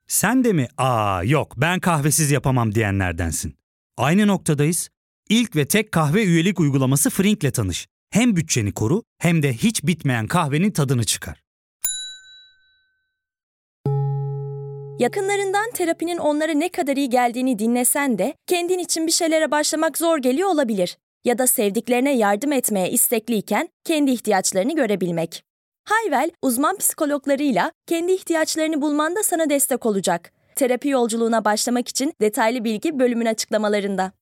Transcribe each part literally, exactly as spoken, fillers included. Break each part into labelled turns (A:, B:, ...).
A: Sen de mi "Aa yok ben kahvesiz yapamam" diyenlerdensin? Aynı noktadayız. İlk ve tek kahve üyelik uygulaması Frink'le tanış. Hem bütçeni koru hem de hiç bitmeyen kahvenin tadını çıkar.
B: Yakınlarından terapinin onlara ne kadar iyi geldiğini dinlesen de kendin için bir şeylere başlamak zor geliyor olabilir. Ya da sevdiklerine yardım etmeye istekliyken kendi ihtiyaçlarını görebilmek. Hayvel, uzman psikologlarıyla kendi ihtiyaçlarını bulmanda sana destek olacak. Terapi yolculuğuna başlamak için detaylı bilgi bölümün açıklamalarında.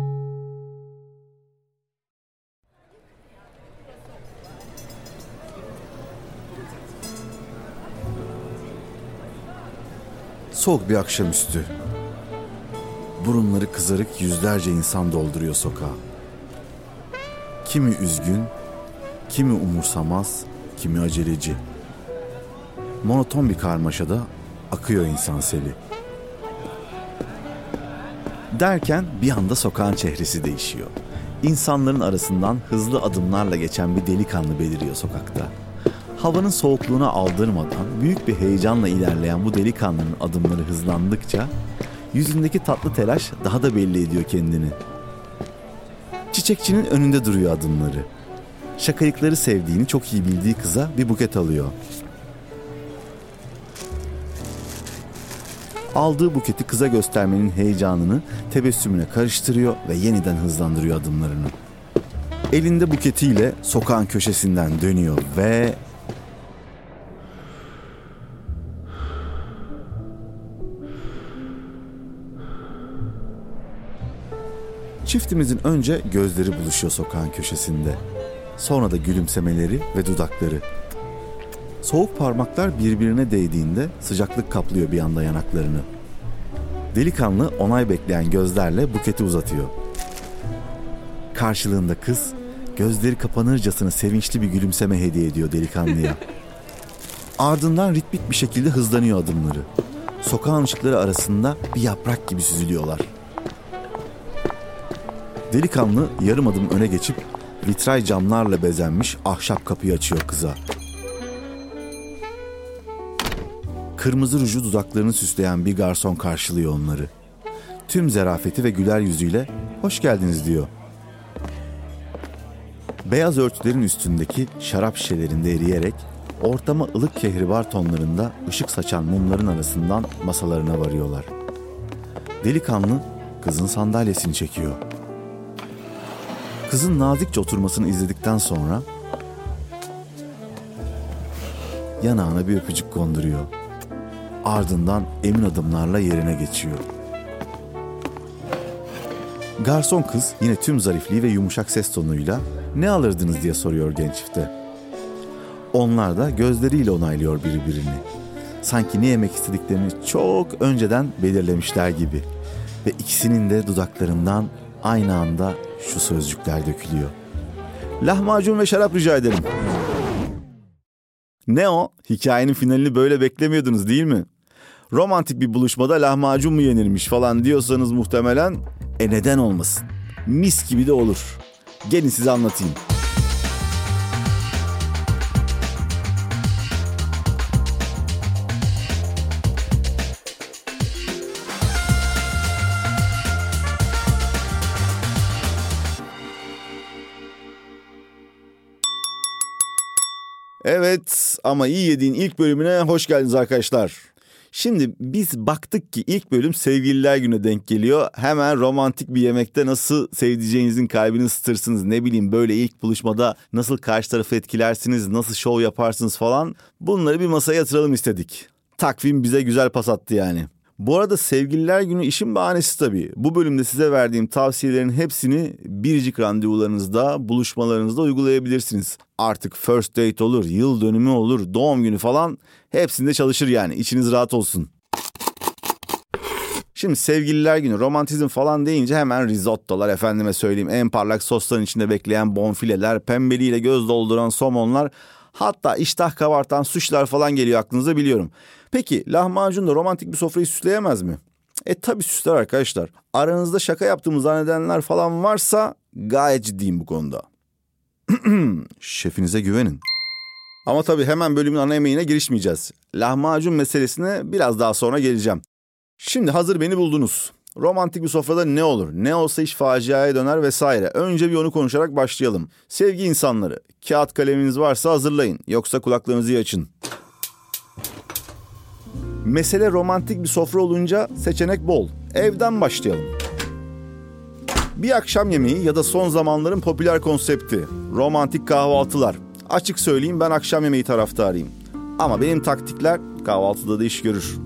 C: Soğuk bir akşamüstü. Burunları kızarık yüzlerce insan dolduruyor sokağı. Kimi üzgün, kimi umursamaz, kimi aceleci. Monoton bir karmaşada akıyor insan seli. Derken bir anda sokağın çehresi değişiyor. İnsanların arasından hızlı adımlarla geçen bir delikanlı beliriyor sokakta. Havanın soğukluğuna aldırmadan büyük bir heyecanla ilerleyen bu delikanlının adımları hızlandıkça yüzündeki tatlı telaş daha da belli ediyor kendini. Çiçekçinin önünde duruyor adımları. Şakayıkları sevdiğini çok iyi bildiği kıza bir buket alıyor. Aldığı buketi kıza göstermenin heyecanını tebessümüne karıştırıyor ve yeniden hızlandırıyor adımlarını. Elinde buketiyle sokağın köşesinden dönüyor ve... Çiftimizin önce gözleri buluşuyor sokağın köşesinde. Sonra da gülümsemeleri ve dudakları. Soğuk parmaklar birbirine değdiğinde sıcaklık kaplıyor bir anda yanaklarını. Delikanlı onay bekleyen gözlerle buketi uzatıyor. Karşılığında kız gözleri kapanırcasına sevinçli bir gülümseme hediye ediyor delikanlıya. Ardından ritmik bir şekilde hızlanıyor adımları. Sokağın ışıkları arasında bir yaprak gibi süzülüyorlar. Delikanlı yarım adım öne geçip vitray camlarla bezenmiş ahşap kapıyı açıyor kıza. Kırmızı ruju dudaklarını süsleyen bir garson karşılıyor onları. Tüm zarafeti ve güler yüzüyle "Hoş geldiniz" diyor. Beyaz örtülerin üstündeki şarap şişelerinde eriyerek ortama ılık kehribar tonlarında ışık saçan mumların arasından masalarına varıyorlar. Delikanlı kızın sandalyesini çekiyor. Kızın nazikçe oturmasını izledikten sonra yanağına bir öpücük konduruyor. Ardından emin adımlarla yerine geçiyor. Garson kız yine tüm zarifliği ve yumuşak ses tonuyla "Ne alırdınız?" diye soruyor genç çifte. Onlar da gözleriyle onaylıyor birbirini. Sanki ne yemek istediklerini çok önceden belirlemişler gibi. Ve ikisinin de dudaklarından aynı anda şu sözcükler dökülüyor: "Lahmacun ve şarap rica ederim." Ne o? Hikayenin finalini böyle beklemiyordunuz değil mi? Romantik bir buluşmada lahmacun mu yenirmiş falan diyorsanız muhtemelen e neden olmasın? Mis gibi de olur. Gelin size anlatayım. Evet, ama iyi yediğin ilk bölümüne hoş geldiniz arkadaşlar. Şimdi biz baktık ki ilk bölüm sevgililer gününe denk geliyor. Hemen romantik bir yemekte nasıl sevdiceğinizin kalbini ısıtırsınız, ne bileyim böyle ilk buluşmada nasıl karşı tarafı etkilersiniz, nasıl şov yaparsınız falan, bunları bir masaya yatıralım istedik. Takvim bize güzel pas attı yani. Bu arada sevgililer günü işin bahanesi tabii. Bu bölümde size verdiğim tavsiyelerin hepsini biricik randevularınızda, buluşmalarınızda uygulayabilirsiniz. Artık first date olur, yıl dönümü olur, doğum günü falan hepsinde çalışır yani. İçiniz rahat olsun. Şimdi sevgililer günü, romantizm falan deyince hemen risottolar, efendime söyleyeyim en parlak sosların içinde bekleyen bonfileler, pembeliğiyle göz dolduran somonlar, hatta iştah kabartan suşlar falan geliyor aklınıza, biliyorum. Peki lahmacun da romantik bir sofrayı süsleyemez mi? E tabii süsler arkadaşlar. Aranızda şaka yaptığımı zannedenler falan varsa gayet ciddiyim bu konuda. Şefinize güvenin. Ama tabii hemen bölümün ana yemeğine girişmeyeceğiz. Lahmacun meselesine biraz daha sonra geleceğim. Şimdi hazır beni buldunuz. Romantik bir sofrada ne olur? Ne olsa iş faciaya döner vesaire. Önce bir onu konuşarak başlayalım. Sevgi insanları, kağıt kaleminiz varsa hazırlayın. Yoksa kulaklarınızı açın. Mesele romantik bir sofra olunca seçenek bol. Evden başlayalım. Bir akşam yemeği ya da son zamanların popüler konsepti. Romantik kahvaltılar. Açık söyleyeyim, ben akşam yemeği taraftarıyım. Ama benim taktikler kahvaltıda da iş görür.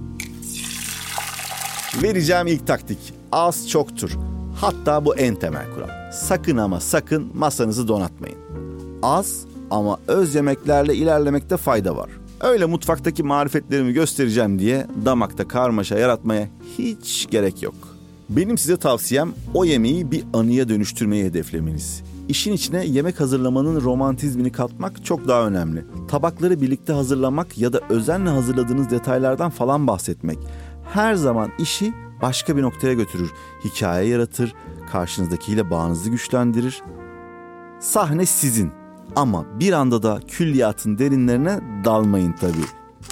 C: Vereceğim ilk taktik. Az çoktur. Hatta bu en temel kural. Sakın ama sakın masanızı donatmayın. Az ama öz yemeklerle ilerlemekte fayda var. Öyle mutfaktaki marifetlerimi göstereceğim diye damakta karmaşa yaratmaya hiç gerek yok. Benim size tavsiyem o yemeği bir anıya dönüştürmeyi hedeflemeniz. İşin içine yemek hazırlamanın romantizmini katmak çok daha önemli. Tabakları birlikte hazırlamak ya da özenle hazırladığınız detaylardan falan bahsetmek her zaman işi başka bir noktaya götürür. Hikaye yaratır, karşınızdakiyle bağınızı güçlendirir. Sahne sizin ama bir anda da külliyatın derinlerine dalmayın tabii.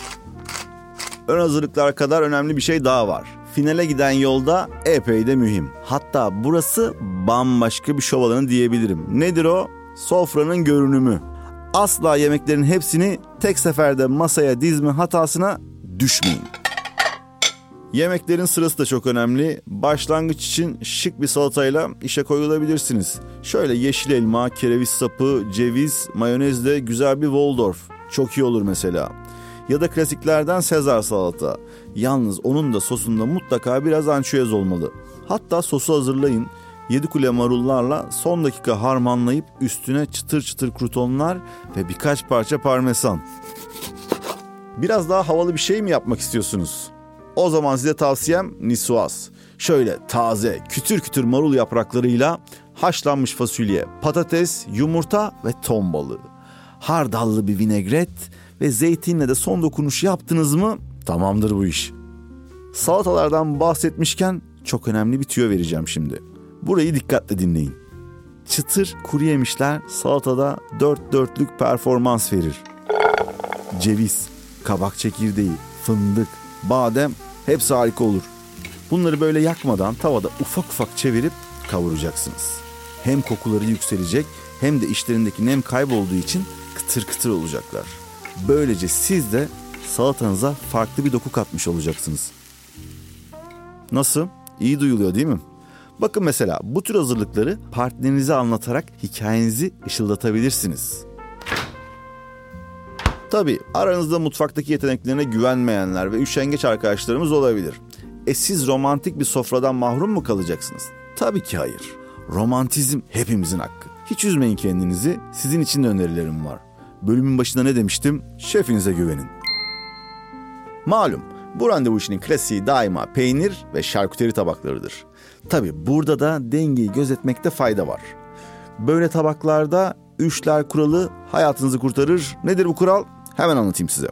C: Ön hazırlıklar kadar önemli bir şey daha var. Finale giden yolda epey de mühim. Hatta burası bambaşka bir şov alanı diyebilirim. Nedir o? Sofranın görünümü. Asla yemeklerin hepsini tek seferde masaya dizme hatasına düşmeyin. Yemeklerin sırası da çok önemli. Başlangıç için şık bir salatayla işe koyulabilirsiniz. Şöyle yeşil elma, kereviz sapı, ceviz, mayonezle güzel bir Waldorf. Çok iyi olur mesela. Ya da klasiklerden Sezar salata. Yalnız onun da sosunda mutlaka biraz ançüez olmalı. Hatta sosu hazırlayın. Yedi kule marullarla son dakika harmanlayıp üstüne çıtır çıtır krutonlar ve birkaç parça parmesan. Biraz daha havalı bir şey mi yapmak istiyorsunuz? O zaman size tavsiyem niçoise. Şöyle taze, kütür kütür marul yapraklarıyla haşlanmış fasulye, patates, yumurta ve ton balığı. Hardallı bir vinegret ve zeytinle de son dokunuş yaptınız mı tamamdır bu iş. Salatalardan bahsetmişken çok önemli bir tüyo vereceğim şimdi. Burayı dikkatle dinleyin. Çıtır kuru yemişler salatada dört dörtlük performans verir. Ceviz, kabak çekirdeği, fındık, badem hepsi harika olur. Bunları böyle yakmadan tavada ufak ufak çevirip kavuracaksınız. Hem kokuları yükselecek hem de içlerindeki nem kaybolduğu için kıtır kıtır olacaklar. Böylece siz de salatanıza farklı bir doku katmış olacaksınız. Nasıl? İyi duyuluyor değil mi? Bakın mesela bu tür hazırlıkları partnerinize anlatarak hikayenizi ışıldatabilirsiniz. Tabii aranızda mutfaktaki yeteneklerine güvenmeyenler ve üşengeç arkadaşlarımız olabilir. E siz romantik bir sofradan mahrum mu kalacaksınız? Tabii ki hayır. Romantizm hepimizin hakkı. Hiç üzmeyin kendinizi, sizin için de önerilerim var. Bölümün başında ne demiştim? Şefinize güvenin. Malum bu randevu işinin klasiği daima peynir ve şarküteri tabaklarıdır. Tabii burada da dengeyi gözetmekte fayda var. Böyle tabaklarda üçler kuralı hayatınızı kurtarır. Nedir bu kural? Hemen anlatayım size.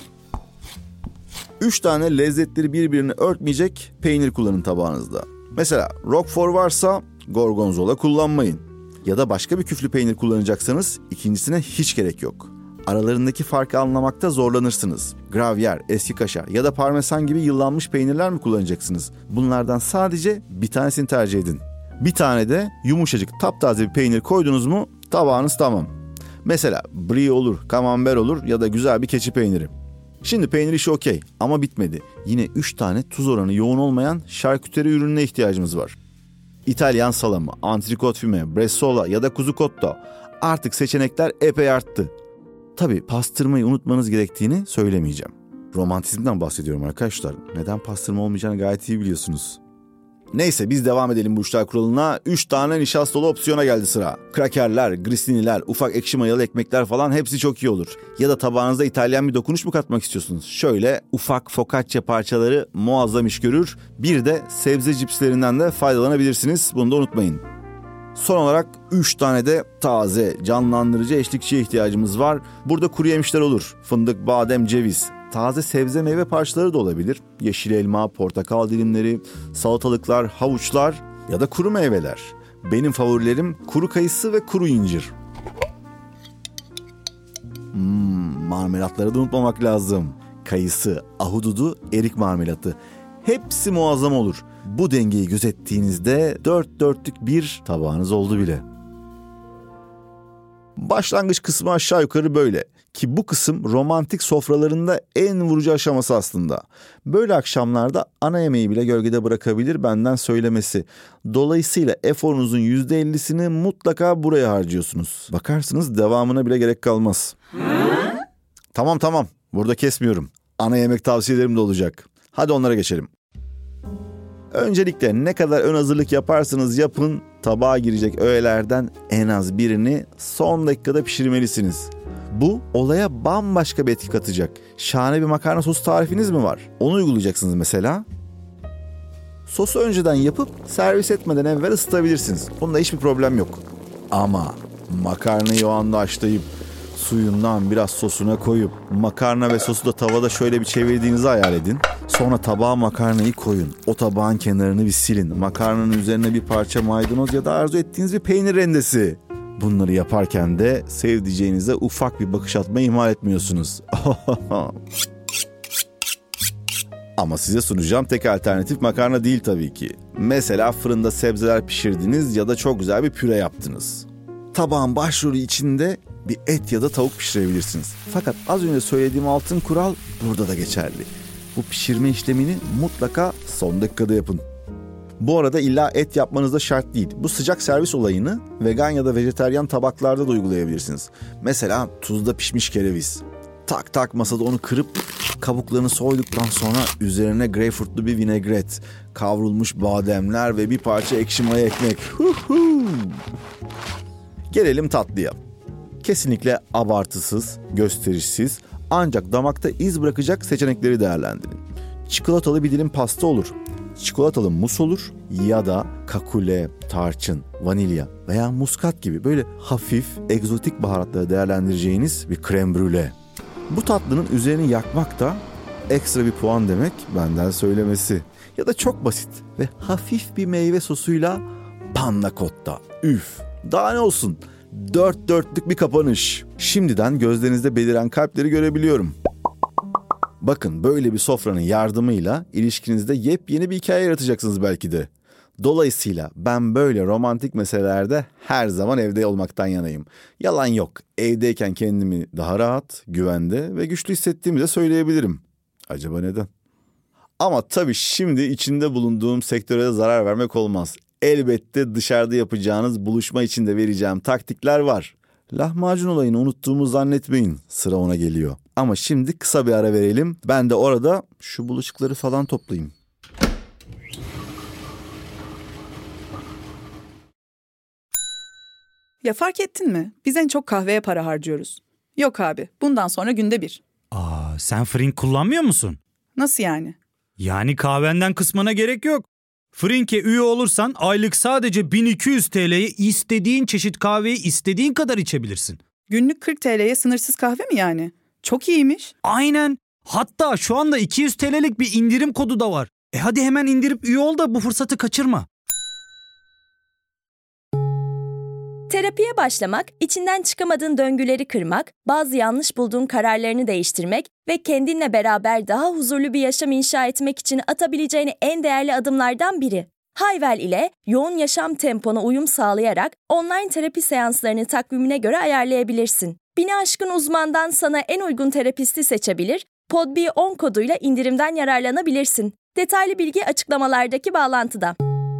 C: Üç tane lezzetleri birbirini örtmeyecek peynir kullanın tabağınızda. Mesela Roquefort varsa gorgonzola kullanmayın. Ya da başka bir küflü peynir kullanacaksanız ikincisine hiç gerek yok. Aralarındaki farkı anlamakta zorlanırsınız. Gravyer, eski kaşar ya da parmesan gibi yıllanmış peynirler mi kullanacaksınız? Bunlardan sadece bir tanesini tercih edin. Bir tane de yumuşacık taptaze bir peynir koydunuz mu tabağınız tamam. Mesela brie olur, camembert olur ya da güzel bir keçi peyniri. Şimdi peynir işi okey ama bitmedi. Yine üç tane tuz oranı yoğun olmayan şarküteri ürününe ihtiyacımız var. İtalyan salamı, antrikot füme, bresaola ya da kuzu cotto. Artık seçenekler epey arttı. Tabii pastırmayı unutmanız gerektiğini söylemeyeceğim. Romantizmden bahsediyorum arkadaşlar. Neden pastırma olmayacağını gayet iyi biliyorsunuz. Neyse biz devam edelim bu üçler kuralına. Üç tane nişastalı opsiyona geldi sıra. Krakerler, grissiniler, ufak ekşi mayalı ekmekler falan hepsi çok iyi olur. Ya da tabağınızda İtalyan bir dokunuş mu katmak istiyorsunuz? Şöyle ufak focaccia parçaları muazzam iş görür. Bir de sebze cipslerinden de faydalanabilirsiniz. Bunu da unutmayın. Son olarak üç tane de taze, canlandırıcı eşlikçiye ihtiyacımız var. Burada kuru yemişler olur. Fındık, badem, ceviz. Taze sebze meyve parçaları da olabilir. Yeşil elma, portakal dilimleri, salatalıklar, havuçlar ya da kuru meyveler. Benim favorilerim kuru kayısı ve kuru incir. Hmm, Marmelatları da unutmamak lazım. Kayısı, ahududu, erik marmelatı. Hepsi muazzam olur. Bu dengeyi gözettiğinizde dört dörtlük bir tabağınız oldu bile. Başlangıç kısmı aşağı yukarı böyle. Ki bu kısım romantik sofralarında en vurucu aşaması aslında. Böyle akşamlarda ana yemeği bile gölgede bırakabilir benden söylemesi. Dolayısıyla eforunuzun yüzde ellisini mutlaka buraya harcıyorsunuz. Bakarsınız devamına bile gerek kalmaz. Tamam tamam, burada kesmiyorum. Ana yemek tavsiyelerim de olacak. Hadi onlara geçelim. Öncelikle ne kadar ön hazırlık yaparsanız yapın, tabağa girecek öğelerden en az birini son dakikada pişirmelisiniz. Bu olaya bambaşka bir etki katacak. Şahane bir makarna sosu tarifiniz mi var? Onu uygulayacaksınız mesela. Sosu önceden yapıp servis etmeden evvel ısıtabilirsiniz. Bunda hiçbir problem yok. Ama makarnayı o anda haşlayıp suyundan biraz sosuna koyup makarna ve sosu da tavada şöyle bir çevirdiğinizi hayal edin. Sonra tabağa makarnayı koyun. O tabağın kenarını bir silin. Makarnanın üzerine bir parça maydanoz ya da arzu ettiğiniz bir peynir rendesi. Bunları yaparken de sevdiceğinize ufak bir bakış atmayı ihmal etmiyorsunuz. Ama size sunacağım tek alternatif makarna değil tabii ki. Mesela fırında sebzeler pişirdiniz ya da çok güzel bir püre yaptınız. Tabağın başrolü içinde bir et ya da tavuk pişirebilirsiniz. Fakat az önce söylediğim altın kural burada da geçerli. Bu pişirme işlemini mutlaka son dakikada yapın. Bu arada illa et yapmanız da şart değil. Bu sıcak servis olayını vegan ya da vejetaryen tabaklarda da uygulayabilirsiniz. Mesela tuzda pişmiş kereviz. Tak tak masada onu kırıp kabuklarını soyduktan sonra üzerine greyfurtlu bir vinegret, kavrulmuş bademler ve bir parça ekşi maya ekmek. Gelelim tatlıya. Kesinlikle abartısız, gösterişsiz ancak damakta iz bırakacak seçenekleri değerlendirin. Çikolatalı bir dilim pasta olur. Çikolatalı mus olur ya da kakule, tarçın, vanilya veya muskat gibi böyle hafif, egzotik baharatları değerlendireceğiniz bir krem brûlée. Bu tatlının üzerini yakmak da ekstra bir puan demek, benden söylemesi. Ya da çok basit ve hafif bir meyve sosuyla panna cotta. Üf! Daha ne olsun? Dört dörtlük bir kapanış. Şimdiden gözlerinizde beliren kalpleri görebiliyorum. Bakın, böyle bir sofranın yardımıyla ilişkinizde yepyeni bir hikaye yaratacaksınız belki de. Dolayısıyla ben böyle romantik meselelerde her zaman evde olmaktan yanayım. Yalan yok. Evdeyken kendimi daha rahat, güvende ve güçlü hissettiğimi de söyleyebilirim. Acaba neden? Ama tabii şimdi içinde bulunduğum sektöre de zarar vermek olmaz. Elbette dışarıda yapacağınız buluşma için de vereceğim taktikler var. Lahmacun olayını unuttuğumu zannetmeyin. Sıra ona geliyor. Ama şimdi kısa bir ara verelim. Ben de orada şu bulaşıkları falan toplayayım.
D: Ya fark ettin mi? Biz en çok kahveye para harcıyoruz. Yok abi, bundan sonra günde bir.
A: Aa, sen Frink kullanmıyor musun?
D: Nasıl yani?
A: Yani kahvenden kısmına gerek yok. Frink'e üye olursan aylık sadece bin iki yüz T L'ye istediğin çeşit kahveyi istediğin kadar içebilirsin.
D: Günlük kırk T L'ye sınırsız kahve mi yani? Çok iyiymiş.
A: Aynen. Hatta şu anda iki yüz T L'lik bir indirim kodu da var. E hadi hemen indirip üye ol da bu fırsatı kaçırma.
B: Terapiye başlamak, içinden çıkamadığın döngüleri kırmak, bazı yanlış bulduğun kararlarını değiştirmek ve kendinle beraber daha huzurlu bir yaşam inşa etmek için atabileceğin en değerli adımlardan biri. Hayvel ile yoğun yaşam tempona uyum sağlayarak online terapi seanslarını takvimine göre ayarlayabilirsin. Bini aşkın uzmandan sana en uygun terapisti seçebilir, Pod B on koduyla indirimden yararlanabilirsin. Detaylı bilgi açıklamalardaki bağlantıda.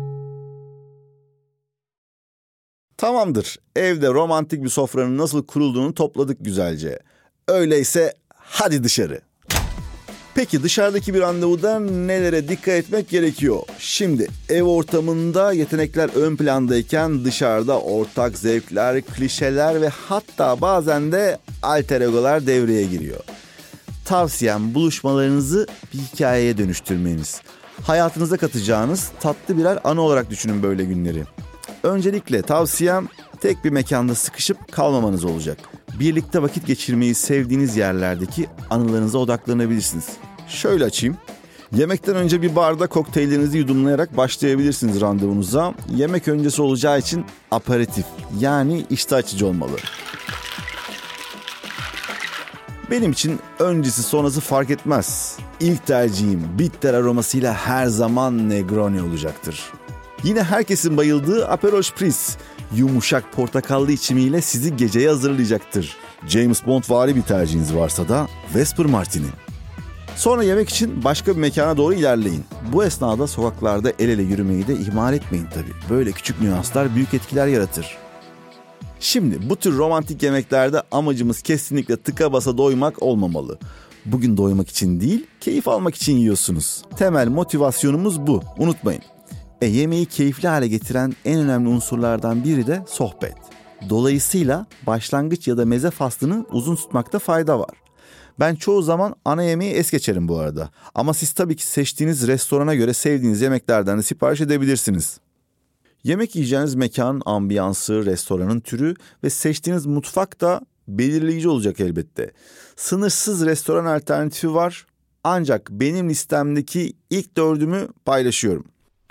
C: Tamamdır. Evde romantik bir sofranın nasıl kurulduğunu topladık güzelce. Öyleyse hadi dışarı. Peki dışarıdaki bir randevuda nelere dikkat etmek gerekiyor? Şimdi ev ortamında yetenekler ön plandayken dışarıda ortak zevkler, klişeler ve hatta bazen de alter egolar devreye giriyor. Tavsiyem buluşmalarınızı bir hikayeye dönüştürmeniz. Hayatınıza katacağınız tatlı birer anı olarak düşünün böyle günleri. Öncelikle tavsiyem tek bir mekanda sıkışıp kalmamanız olacak. Birlikte vakit geçirmeyi sevdiğiniz yerlerdeki anılarınıza odaklanabilirsiniz. Şöyle açayım. Yemekten önce bir barda kokteyllerinizi yudumlayarak başlayabilirsiniz randevunuza. Yemek öncesi olacağı için aperatif, yani iştah açıcı olmalı. Benim için öncesi sonrası fark etmez. İlk tercihim bitter aromasıyla her zaman Negroni olacaktır. Yine herkesin bayıldığı Aperol Spritz, yumuşak portakallı içimiyle sizi geceye hazırlayacaktır. James Bondvari bir tercihiniz varsa da Vesper Martini. Sonra yemek için başka bir mekana doğru ilerleyin. Bu esnada sokaklarda el ele yürümeyi de ihmal etmeyin tabii. Böyle küçük nüanslar büyük etkiler yaratır. Şimdi bu tür romantik yemeklerde amacımız kesinlikle tıka basa doymak olmamalı. Bugün doymak için değil, keyif almak için yiyorsunuz. Temel motivasyonumuz bu, unutmayın. E yemeği keyifli hale getiren en önemli unsurlardan biri de sohbet. Dolayısıyla başlangıç ya da meze faslını uzun tutmakta fayda var. Ben çoğu zaman ana yemeği es geçerim bu arada. Ama siz tabii ki seçtiğiniz restorana göre sevdiğiniz yemeklerden de sipariş edebilirsiniz. Yemek yiyeceğiniz mekanın ambiyansı, restoranın türü ve seçtiğiniz mutfak da belirleyici olacak elbette. Sınırsız restoran alternatifi var. Ancak benim listemdeki ilk dördümü paylaşıyorum.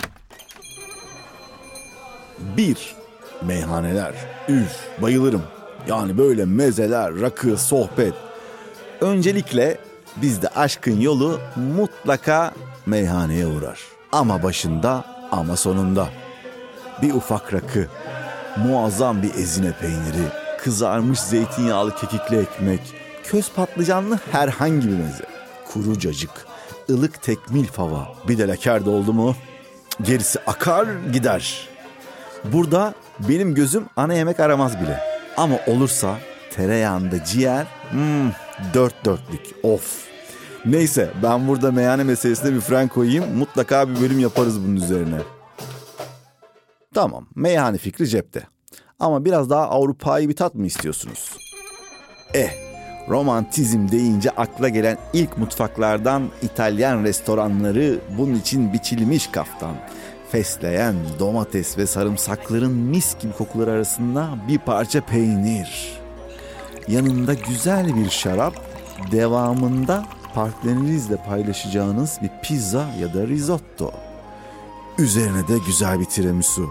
C: bir. Meyhaneler. Üf, bayılırım. Yani böyle mezeler, rakı, sohbet. Öncelikle bizde aşkın yolu mutlaka meyhaneye uğrar. Ama başında ama sonunda. Bir ufak rakı, muazzam bir ezine peyniri, kızarmış zeytinyağlı kekikli ekmek, köz patlıcanlı herhangi bir meze, kuru cacık, ılık tekmil fava, bir de laker oldu mu gerisi akar gider. Burada benim gözüm ana yemek aramaz bile. Ama olursa tereyağında ciğer, hmm, dört dörtlük, of. Neyse, ben burada meyhane meselesine bir fren koyayım, mutlaka bir bölüm yaparız bunun üzerine. Tamam, meyhane fikri cepte. Ama biraz daha Avrupa'yı bir tat mı istiyorsunuz? Eh, romantizm deyince akla gelen ilk mutfaklardan İtalyan restoranları, bunun için biçilmiş kaftan. Fesleğen, domates ve sarımsakların mis gibi kokuları arasında bir parça peynir. Yanında güzel bir şarap, devamında partnerinizle paylaşacağınız bir pizza ya da risotto. Üzerine de güzel bir tiramisu.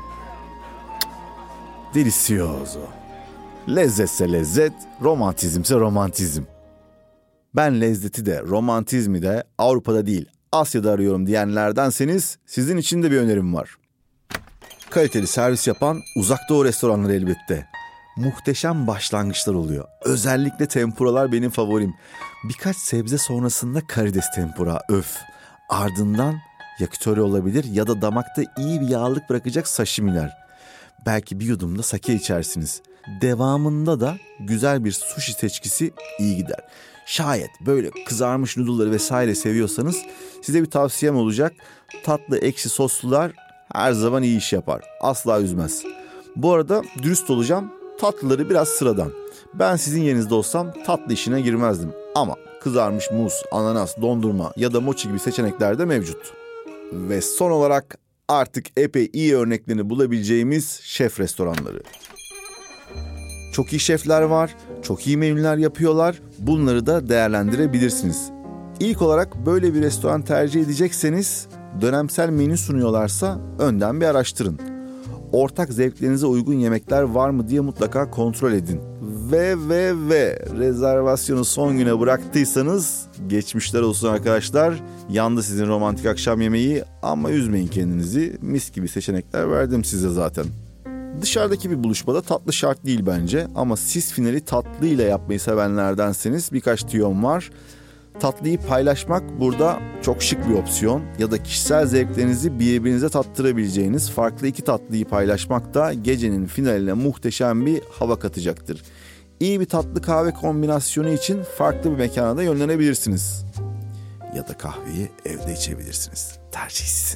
C: Delicioso. Lezzetse lezzet, romantizmse romantizm. Ben lezzeti de romantizmi de Avrupa'da değil Asya'da arıyorum diyenlerdenseniz sizin için de bir önerim var. Kaliteli servis yapan Uzak Doğu restoranları elbette. Muhteşem başlangıçlar oluyor. Özellikle tempuralar benim favorim. Birkaç sebze sonrasında karides tempura, öf. Ardından yakitori olabilir ya da damakta iyi bir yağlılık bırakacak sashimiler. Belki bir yudum da sake içersiniz. Devamında da güzel bir sushi seçkisi iyi gider. Şayet böyle kızarmış noodle'ları vesaire seviyorsanız size bir tavsiyem olacak. Tatlı ekşi soslular her zaman iyi iş yapar. Asla üzmez. Bu arada dürüst olacağım. Tatlıları biraz sıradan. Ben sizin yerinizde olsam tatlı işine girmezdim. Ama kızarmış muz, ananas, dondurma ya da mochi gibi seçenekler de mevcut. Ve son olarak artık epey iyi örneklerini bulabileceğimiz şef restoranları. Çok iyi şefler var, çok iyi menüler yapıyorlar. Bunları da değerlendirebilirsiniz. İlk olarak böyle bir restoran tercih edecekseniz, dönemsel menü sunuyorlarsa önden bir araştırın. Ortak zevklerinize uygun yemekler var mı diye mutlaka kontrol edin. Ve ve ve rezervasyonu son güne bıraktıysanız geçmişler olsun arkadaşlar. Yandı sizin romantik akşam yemeği ama üzmeyin kendinizi. Mis gibi seçenekler verdim size zaten. Dışarıdaki bir buluşmada tatlı şart değil bence ama siz finali tatlıyla yapmayı sevenlerdenseniz birkaç tüyom var. Tatlıyı paylaşmak burada çok şık bir opsiyon ya da kişisel zevklerinizi birbirinize tattırabileceğiniz farklı iki tatlıyı paylaşmak da gecenin finaline muhteşem bir hava katacaktır. İyi bir tatlı kahve kombinasyonu için farklı bir mekana da yönlenebilirsiniz. Ya da kahveyi evde içebilirsiniz. Tercih sizin.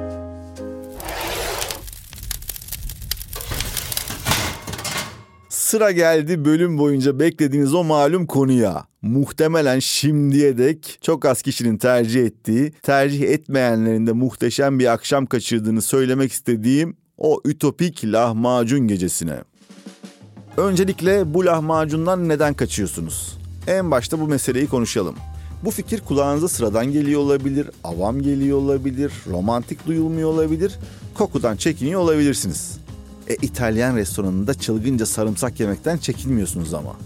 C: Sıra geldi bölüm boyunca beklediğiniz o malum konuya. Muhtemelen şimdiye dek çok az kişinin tercih ettiği, tercih etmeyenlerin de muhteşem bir akşam kaçırdığını söylemek istediğim o ütopik lahmacun gecesine. Öncelikle bu lahmacundan neden kaçıyorsunuz? En başta bu meseleyi konuşalım. Bu fikir kulağınıza sıradan geliyor olabilir, avam geliyor olabilir, romantik duyulmuyor olabilir, kokudan çekiniyor olabilirsiniz. E, İtalyan restoranında çılgınca sarımsak yemekten çekinmiyorsunuz ama.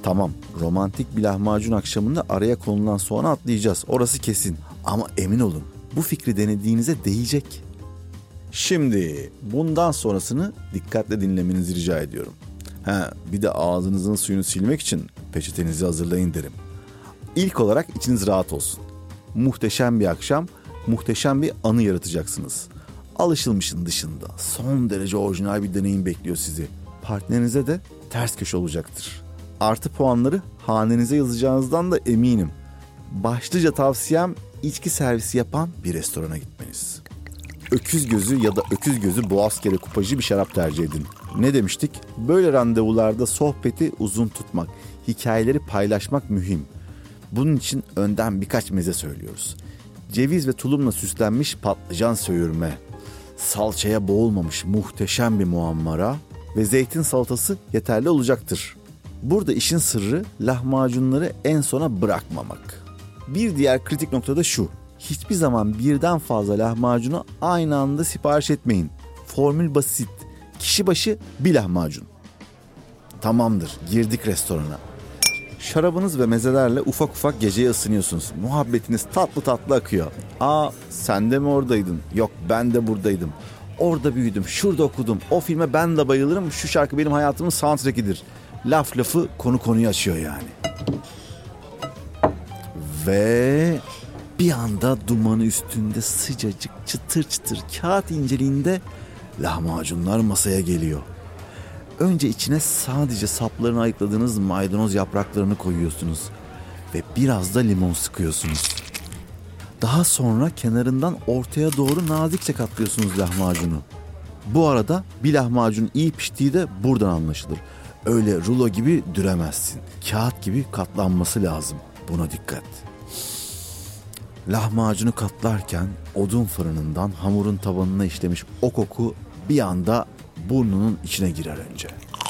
C: Tamam, romantik bir lahmacun akşamında araya konulan soğanı atlayacağız. Orası kesin. Ama emin olun, bu fikri denediğinize değecek. Şimdi bundan sonrasını dikkatle dinlemenizi rica ediyorum. Ha, bir de ağzınızın suyunu silmek için peçetenizi hazırlayın derim. İlk olarak içiniz rahat olsun. Muhteşem bir akşam, muhteşem bir anı yaratacaksınız. Alışılmışın dışında son derece orijinal bir deneyim bekliyor sizi. Partnerinize de ters köşe olacaktır. Artı puanları hanenize yazacağınızdan da eminim. Başlıca tavsiyem içki servisi yapan bir restorana gitmeniz. Öküz gözü ya da öküz gözü boğazkere kupajı bir şarap tercih edin. Ne demiştik? Böyle randevularda sohbeti uzun tutmak, hikayeleri paylaşmak mühim. Bunun için önden birkaç meze söylüyoruz. Ceviz ve tulumla süslenmiş patlıcan söğürme, salçaya boğulmamış muhteşem bir muammara ve zeytin salatası yeterli olacaktır. Burada işin sırrı lahmacunları en sona bırakmamak. Bir diğer kritik nokta da şu: hiçbir zaman birden fazla lahmacunu aynı anda sipariş etmeyin. Formül basit. Kişi başı bir lahmacun. Tamamdır, girdik restorana. Şarabınız ve mezelerle ufak ufak geceye ısınıyorsunuz. Muhabbetiniz tatlı tatlı akıyor. Aa, sen de mi oradaydın? Yok, ben de buradaydım. Orada büyüdüm, şurada okudum. O filme ben de bayılırım. Şu şarkı benim hayatımın soundtrack'idir. Laf lafı konu konuyu açıyor yani. Ve bir anda dumanı üstünde sıcacık çıtır çıtır kağıt inceliğinde lahmacunlar masaya geliyor. Önce içine sadece saplarını ayıkladığınız maydanoz yapraklarını koyuyorsunuz ve biraz da limon sıkıyorsunuz. Daha sonra kenarından ortaya doğru nazikçe katlıyorsunuz lahmacunu. Bu arada bir lahmacun iyi piştiği de buradan anlaşılır. Öyle rulo gibi düremezsin. Kağıt gibi katlanması lazım. Buna dikkat. Lahmacunu katlarken odun fırınından hamurun tabanına işlemiş o koku bir anda burnunun içine girer önce.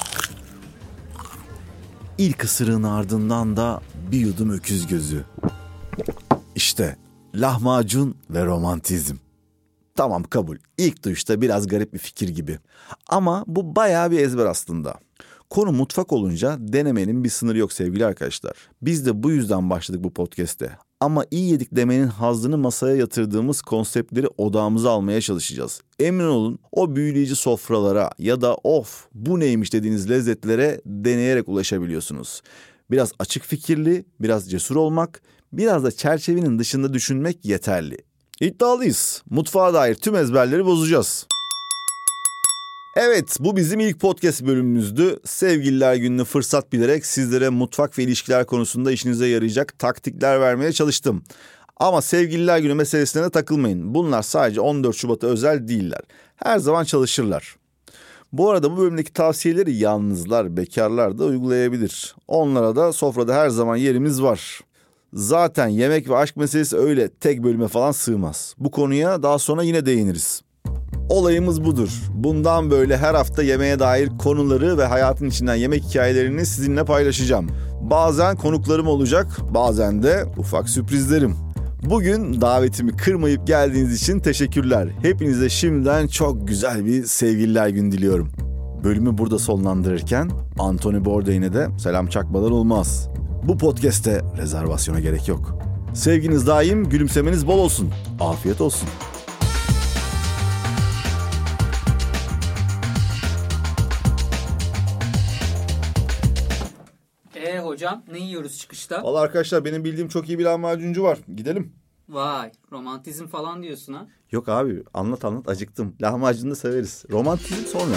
C: İlk ısırığın ardından da bir yudum öküz gözü. İşte lahmacun ve romantizm. Tamam, kabul. İlk duyuşta biraz garip bir fikir gibi. Ama bu bayağı bir ezber aslında. Konu mutfak olunca denemenin bir sınırı yok sevgili arkadaşlar. Biz de bu yüzden başladık bu podcast'te. Ama iyi yedik demenin hazzını masaya yatırdığımız konseptleri odağımıza almaya çalışacağız. Emin olun, o büyüleyici sofralara ya da of bu neymiş dediğiniz lezzetlere deneyerek ulaşabiliyorsunuz. Biraz açık fikirli, biraz cesur olmak, biraz da çerçevenin dışında düşünmek yeterli. İddialıyız. Mutfağa dair tüm ezberleri bozacağız. Evet, bu bizim ilk podcast bölümümüzdü. Sevgililer Günü'nü fırsat bilerek sizlere mutfak ve ilişkiler konusunda işinize yarayacak taktikler vermeye çalıştım. Ama Sevgililer Günü meselesine de takılmayın. Bunlar sadece on dört Şubat'a özel değiller. Her zaman çalışırlar. Bu arada bu bölümdeki tavsiyeleri yalnızlar, bekarlar da uygulayabilir. Onlara da sofrada her zaman yerimiz var. Zaten yemek ve aşk meselesi öyle tek bölüme falan sığmaz. Bu konuya daha sonra yine değiniriz. Olayımız budur. Bundan böyle her hafta yemeğe dair konuları ve hayatın içinden yemek hikayelerini sizinle paylaşacağım. Bazen konuklarım olacak, bazen de ufak sürprizlerim. Bugün davetimi kırmayıp geldiğiniz için teşekkürler. Hepinize şimdiden çok güzel bir Sevgililer Günü diliyorum. Bölümü burada sonlandırırken Anthony Bourdain'e de selam çakmadan olmaz. Bu podcast'te rezervasyona gerek yok. Sevginiz daim, gülümsemeniz bol olsun. Afiyet olsun.
E: Ee hocam, ne yiyoruz çıkışta?
C: Vallahi arkadaşlar, benim bildiğim çok iyi bir lahmacuncu var. Gidelim.
E: Vay, romantizm falan diyorsun ha?
C: Yok abi, anlat anlat, acıktım. Lahmacunu da severiz. Romantizm sonra.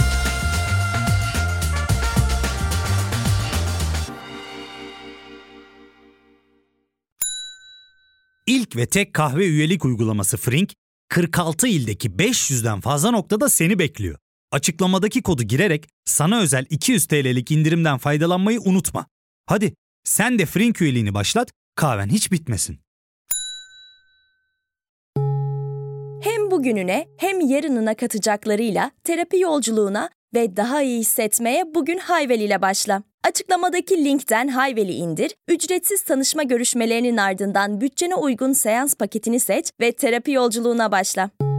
A: İlk ve tek kahve üyelik uygulaması Frink, kırk altı ildeki beş yüzden fazla noktada seni bekliyor. Açıklamadaki kodu girerek sana özel iki yüz TL'lik indirimden faydalanmayı unutma. Hadi sen de Frink üyeliğini başlat, kahven hiç bitmesin.
B: Hem bugününe hem yarınına katacaklarıyla terapi yolculuğuna ve daha iyi hissetmeye bugün Hayvel ile başla. Açıklamadaki linkten Hayvel'i indir, ücretsiz tanışma görüşmelerinin ardından bütçene uygun seans paketini seç ve terapi yolculuğuna başla.